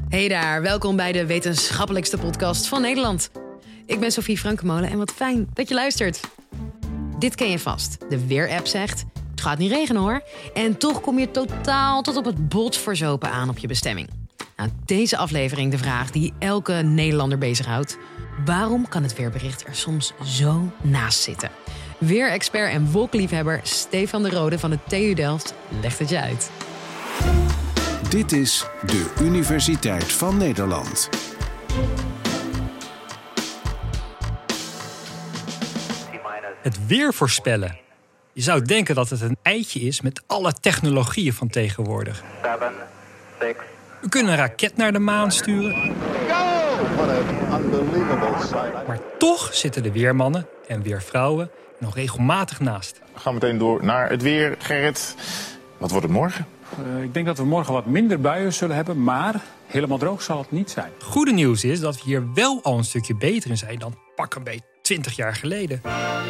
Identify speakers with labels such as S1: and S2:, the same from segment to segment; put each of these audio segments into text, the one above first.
S1: Hey daar, welkom bij de wetenschappelijkste podcast van Nederland. Ik ben Sophie Frankemolen en wat fijn dat je luistert. Dit ken je vast. De weerapp zegt, het gaat niet regenen hoor. En toch kom je totaal tot op het bot verzopen aan op je bestemming. Nou, deze aflevering de vraag die elke Nederlander bezighoudt. Waarom kan het weerbericht er soms zo naast zitten? Weerexpert en wolkenliefhebber Stefan de Rode van de TU Delft legt het je uit.
S2: Dit is de Universiteit van Nederland.
S3: Het weer voorspellen. Je zou denken dat het een eitje is met alle technologieën van tegenwoordig.
S4: 7, 6.
S3: We kunnen een raket naar de maan sturen. Maar toch zitten de weermannen en weervrouwen er nog regelmatig naast.
S5: We gaan meteen door naar het weer. Gerrit, wat wordt het morgen?
S6: Ik denk dat we morgen wat minder buien zullen hebben, maar helemaal droog zal het niet zijn.
S3: Goede nieuws is dat we hier wel al een stukje beter in zijn dan pak een beetje 20 jaar geleden.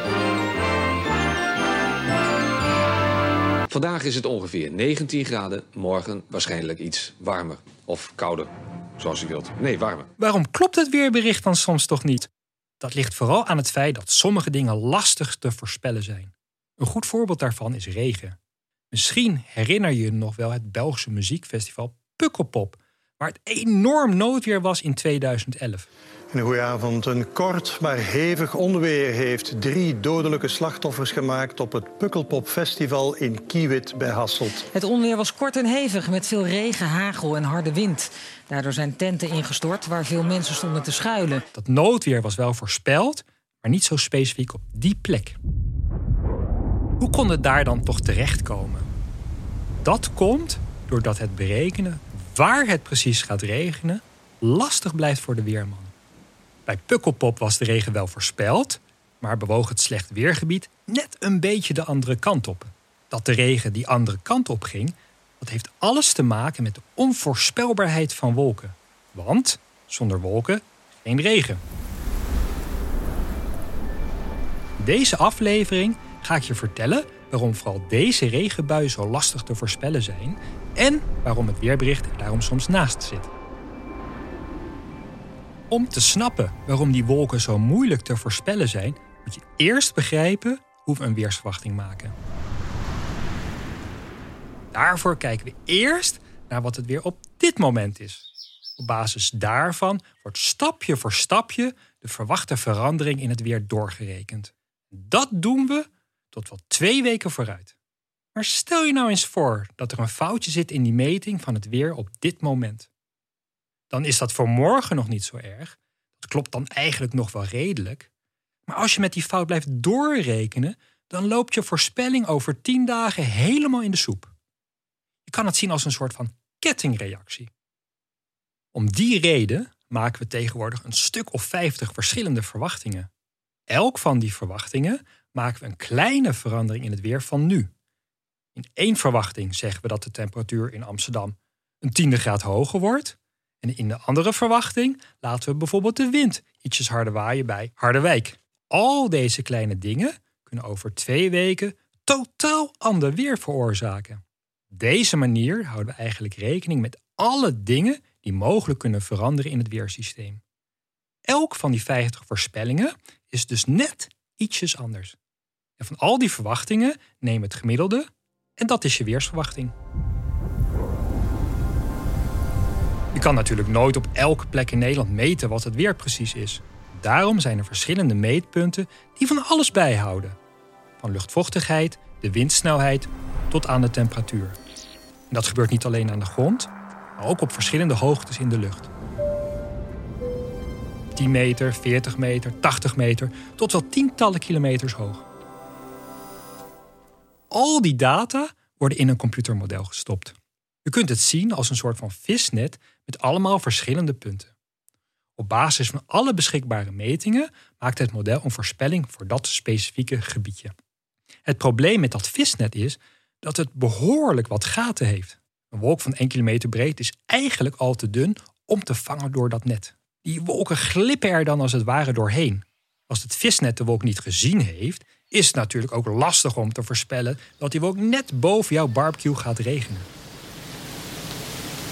S7: Vandaag is het ongeveer 19 graden, morgen waarschijnlijk iets warmer. Of kouder, zoals u wilt. Nee, warmer.
S3: Waarom klopt het weerbericht dan soms toch niet? Dat ligt vooral aan het feit dat sommige dingen lastig te voorspellen zijn. Een goed voorbeeld daarvan is regen. Misschien herinner je je nog wel het Belgische muziekfestival Pukkelpop, waar het enorm noodweer was in 2011.
S8: Een goeie avond. Een kort maar hevig onweer heeft 3 dodelijke slachtoffers gemaakt op het Pukkelpop-festival in Kiewiet bij Hasselt.
S9: Het onweer was kort en hevig met veel regen, hagel en harde wind. Daardoor zijn tenten ingestort waar veel mensen stonden te schuilen.
S3: Dat noodweer was wel voorspeld, maar niet zo specifiek op die plek. Hoe kon het daar dan toch terechtkomen? Dat komt doordat het berekenen waar het precies gaat regenen lastig blijft voor de weerman. Bij Pukkelpop was de regen wel voorspeld, maar bewoog het slecht weergebied net een beetje de andere kant op. Dat de regen die andere kant op ging, dat heeft alles te maken met de onvoorspelbaarheid van wolken. Want zonder wolken geen regen. Deze aflevering ga ik je vertellen waarom vooral deze regenbuien zo lastig te voorspellen zijn en waarom het weerbericht er daarom soms naast zit. Om te snappen waarom die wolken zo moeilijk te voorspellen zijn, moet je eerst begrijpen hoe we een weersverwachting maken. Daarvoor kijken we eerst naar wat het weer op dit moment is. Op basis daarvan wordt stapje voor stapje de verwachte verandering in het weer doorgerekend. Dat doen we tot wel 2 weken vooruit. Maar stel je nou eens voor dat er een foutje zit in die meting van het weer op dit moment. Dan is dat voor morgen nog niet zo erg. Dat klopt dan eigenlijk nog wel redelijk. Maar als je met die fout blijft doorrekenen, dan loopt je voorspelling over 10 dagen helemaal in de soep. Je kan het zien als een soort van kettingreactie. Om die reden maken we tegenwoordig een stuk of 50 verschillende verwachtingen. Elk van die verwachtingen maken we een kleine verandering in het weer van nu. In 1 verwachting zeggen we dat de temperatuur in Amsterdam een 10e graad hoger wordt. En in de andere verwachting laten we bijvoorbeeld de wind ietsjes harder waaien bij Harderwijk. Al deze kleine dingen kunnen over 2 weken totaal ander weer veroorzaken. Op deze manier houden we eigenlijk rekening met alle dingen die mogelijk kunnen veranderen in het weersysteem. Elk van die 50 voorspellingen is dus net ietsjes anders. En van al die verwachtingen neem je het gemiddelde en dat is je weersverwachting. Je kan natuurlijk nooit op elke plek in Nederland meten wat het weer precies is. Daarom zijn er verschillende meetpunten die van alles bijhouden. Van luchtvochtigheid, de windsnelheid tot aan de temperatuur. En dat gebeurt niet alleen aan de grond, maar ook op verschillende hoogtes in de lucht. 10 meter, 40 meter, 80 meter, tot wel tientallen kilometers hoog. Al die data worden in een computermodel gestopt. Je kunt het zien als een soort van visnet met allemaal verschillende punten. Op basis van alle beschikbare metingen maakt het model een voorspelling voor dat specifieke gebiedje. Het probleem met dat visnet is dat het behoorlijk wat gaten heeft. Een wolk van 1 kilometer breed is eigenlijk al te dun om te vangen door dat net. Die wolken glippen er dan als het ware doorheen. Als het visnet de wolk niet gezien heeft, is het natuurlijk ook lastig om te voorspellen dat die wolk net boven jouw barbecue gaat regenen.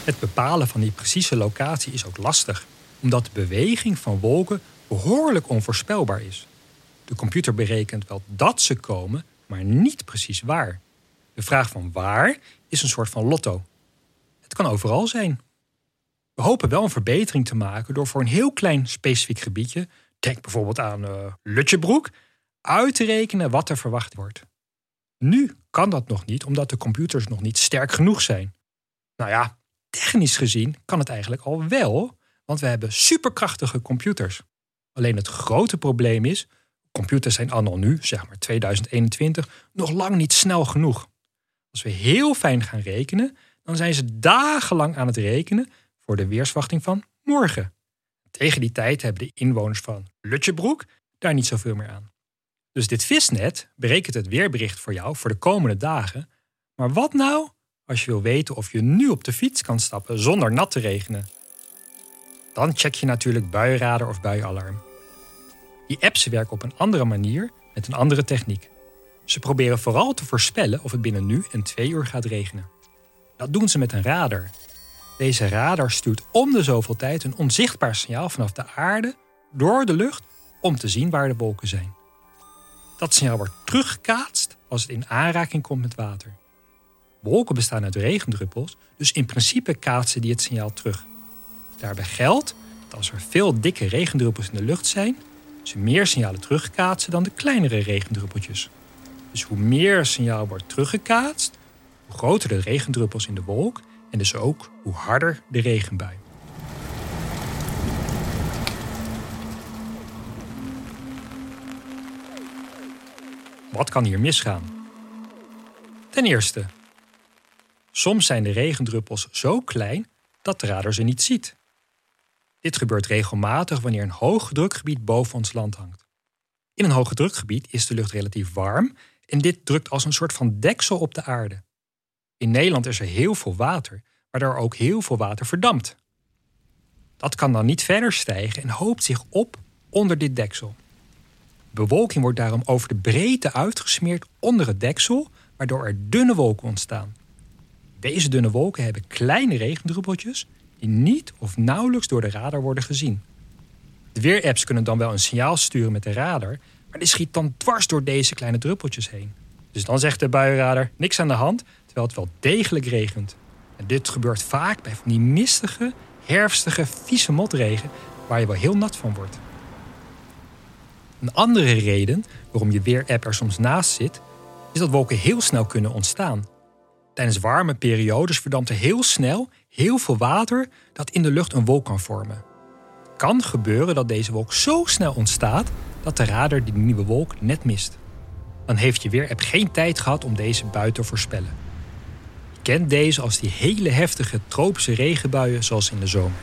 S3: Het bepalen van die precieze locatie is ook lastig, omdat de beweging van wolken behoorlijk onvoorspelbaar is. De computer berekent wel dat ze komen, maar niet precies waar. De vraag van waar is een soort van lotto. Het kan overal zijn. We hopen wel een verbetering te maken door voor een heel klein specifiek gebiedje, denk bijvoorbeeld aan Lutjebroek, uit te rekenen wat er verwacht wordt. Nu kan dat nog niet, omdat de computers nog niet sterk genoeg zijn. Nou ja, technisch gezien kan het eigenlijk al wel, want we hebben superkrachtige computers. Alleen het grote probleem is, computers zijn anno nu, zeg maar 2021, nog lang niet snel genoeg. Als we heel fijn gaan rekenen, dan zijn ze dagenlang aan het rekenen voor de weersverwachting van morgen. Tegen die tijd hebben de inwoners van Lutjebroek daar niet zoveel meer aan. Dus dit visnet berekent het weerbericht voor jou voor de komende dagen. Maar wat nou als je wil weten of je nu op de fiets kan stappen zonder nat te regenen? Dan check je natuurlijk buienradar of buienalarm. Die apps werken op een andere manier met een andere techniek. Ze proberen vooral te voorspellen of het binnen nu en 2 uur gaat regenen. Dat doen ze met een radar. Deze radar stuurt om de zoveel tijd een onzichtbaar signaal vanaf de aarde door de lucht om te zien waar de wolken zijn. Dat signaal wordt teruggekaatst als het in aanraking komt met water. Wolken bestaan uit regendruppels, dus in principe kaatsen die het signaal terug. Daarbij geldt dat als er veel dikke regendruppels in de lucht zijn, ze meer signalen terugkaatsen dan de kleinere regendruppeltjes. Dus hoe meer signaal wordt teruggekaatst, hoe groter de regendruppels in de wolk en dus ook hoe harder de regenbui. Wat kan hier misgaan? Ten eerste, soms zijn de regendruppels zo klein dat de radar ze niet ziet. Dit gebeurt regelmatig wanneer een hoogdrukgebied boven ons land hangt. In een hoogdrukgebied is de lucht relatief warm en dit drukt als een soort van deksel op de aarde. In Nederland is er heel veel water, waardoor ook heel veel water verdampt. Dat kan dan niet verder stijgen en hoopt zich op onder dit deksel. Bewolking wordt daarom over de breedte uitgesmeerd onder het deksel, waardoor er dunne wolken ontstaan. Deze dunne wolken hebben kleine regendruppeltjes die niet of nauwelijks door de radar worden gezien. De weerapps kunnen dan wel een signaal sturen met de radar, maar die schiet dan dwars door deze kleine druppeltjes heen. Dus dan zegt de buienradar niks aan de hand, terwijl het wel degelijk regent. En dit gebeurt vaak bij van die mistige, herfstige, vieze motregen waar je wel heel nat van wordt. Een andere reden waarom je weerapp er soms naast zit, is dat wolken heel snel kunnen ontstaan. Tijdens warme periodes verdampt er heel snel heel veel water dat in de lucht een wolk kan vormen. Het kan gebeuren dat deze wolk zo snel ontstaat dat de radar die nieuwe wolk net mist. Dan heeft je weerapp geen tijd gehad om deze bui te voorspellen. Je kent deze als die hele heftige tropische regenbuien zoals in de zomer.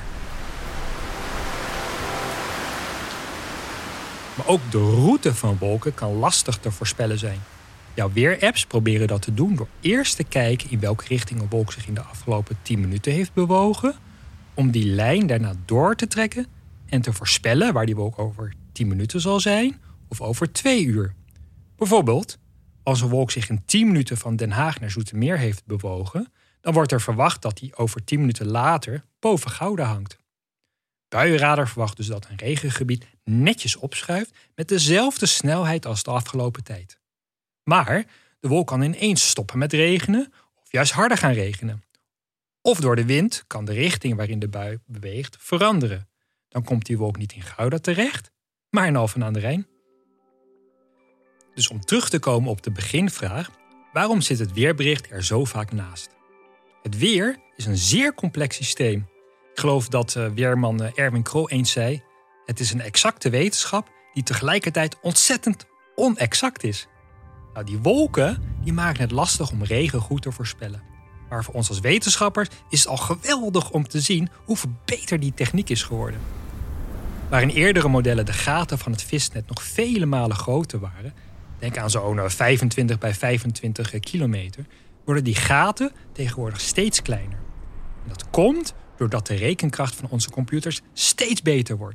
S3: Maar ook de route van wolken kan lastig te voorspellen zijn. Jouw weerapps proberen dat te doen door eerst te kijken in welke richting een wolk zich in de afgelopen 10 minuten heeft bewogen, om die lijn daarna door te trekken en te voorspellen waar die wolk over 10 minuten zal zijn of over 2 uur. Bijvoorbeeld, als een wolk zich in 10 minuten van Den Haag naar Zoetermeer heeft bewogen, dan wordt er verwacht dat die over 10 minuten later boven Gouda hangt. Buienradar verwacht dus dat een regengebied netjes opschuift met dezelfde snelheid als de afgelopen tijd. Maar de wolk kan ineens stoppen met regenen of juist harder gaan regenen. Of door de wind kan de richting waarin de bui beweegt veranderen. Dan komt die wolk niet in Gouda terecht, maar in Alphen aan de Rijn. Dus om terug te komen op de beginvraag, waarom zit het weerbericht er zo vaak naast? Het weer is een zeer complex systeem. Ik geloof dat weerman Erwin Krol eens zei: het is een exacte wetenschap die tegelijkertijd ontzettend onexact is. Nou, die wolken die maken het lastig om regen goed te voorspellen. Maar voor ons als wetenschappers is het al geweldig om te zien hoe verbeterd die techniek is geworden. Waar in eerdere modellen de gaten van het visnet nog vele malen groter waren, denk aan zo'n 25 bij 25 kilometer, worden die gaten tegenwoordig steeds kleiner. En dat komt doordat de rekenkracht van onze computers steeds beter wordt.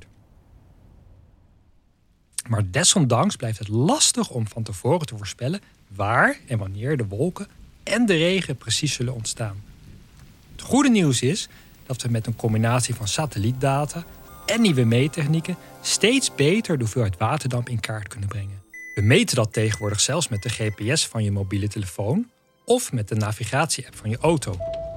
S3: Maar desondanks blijft het lastig om van tevoren te voorspellen waar en wanneer de wolken en de regen precies zullen ontstaan. Het goede nieuws is dat we met een combinatie van satellietdata en nieuwe meettechnieken steeds beter de hoeveelheid waterdamp in kaart kunnen brengen. We meten dat tegenwoordig zelfs met de GPS van je mobiele telefoon of met de navigatie-app van je auto.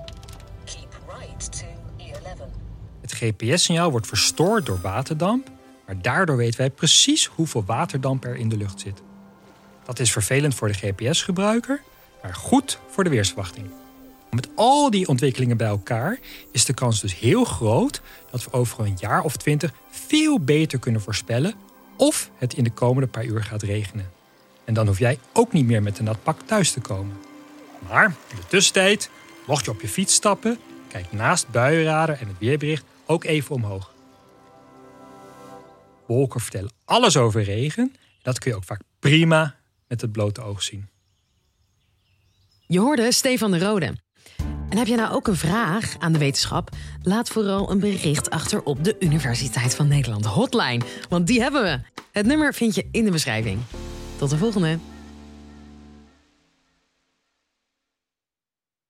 S3: Het GPS-signaal wordt verstoord door waterdamp, maar daardoor weten wij precies hoeveel waterdamp er in de lucht zit. Dat is vervelend voor de GPS-gebruiker, maar goed voor de weersverwachting. Met al die ontwikkelingen bij elkaar is de kans dus heel groot dat we over een jaar of 20 veel beter kunnen voorspellen of het in de komende paar uur gaat regenen. En dan hoef jij ook niet meer met een nat pak thuis te komen. Maar in de tussentijd, mocht je op je fiets stappen, kijk naast buienradar en het weerbericht ook even omhoog. Wolken vertellen alles over regen en dat kun je ook vaak prima met het blote oog zien.
S1: Je hoorde Stefan de Rode. En heb je nou ook een vraag aan de wetenschap? Laat vooral een bericht achter op de Universiteit van Nederland hotline. Want die hebben we. Het nummer vind je in de beschrijving. Tot de volgende.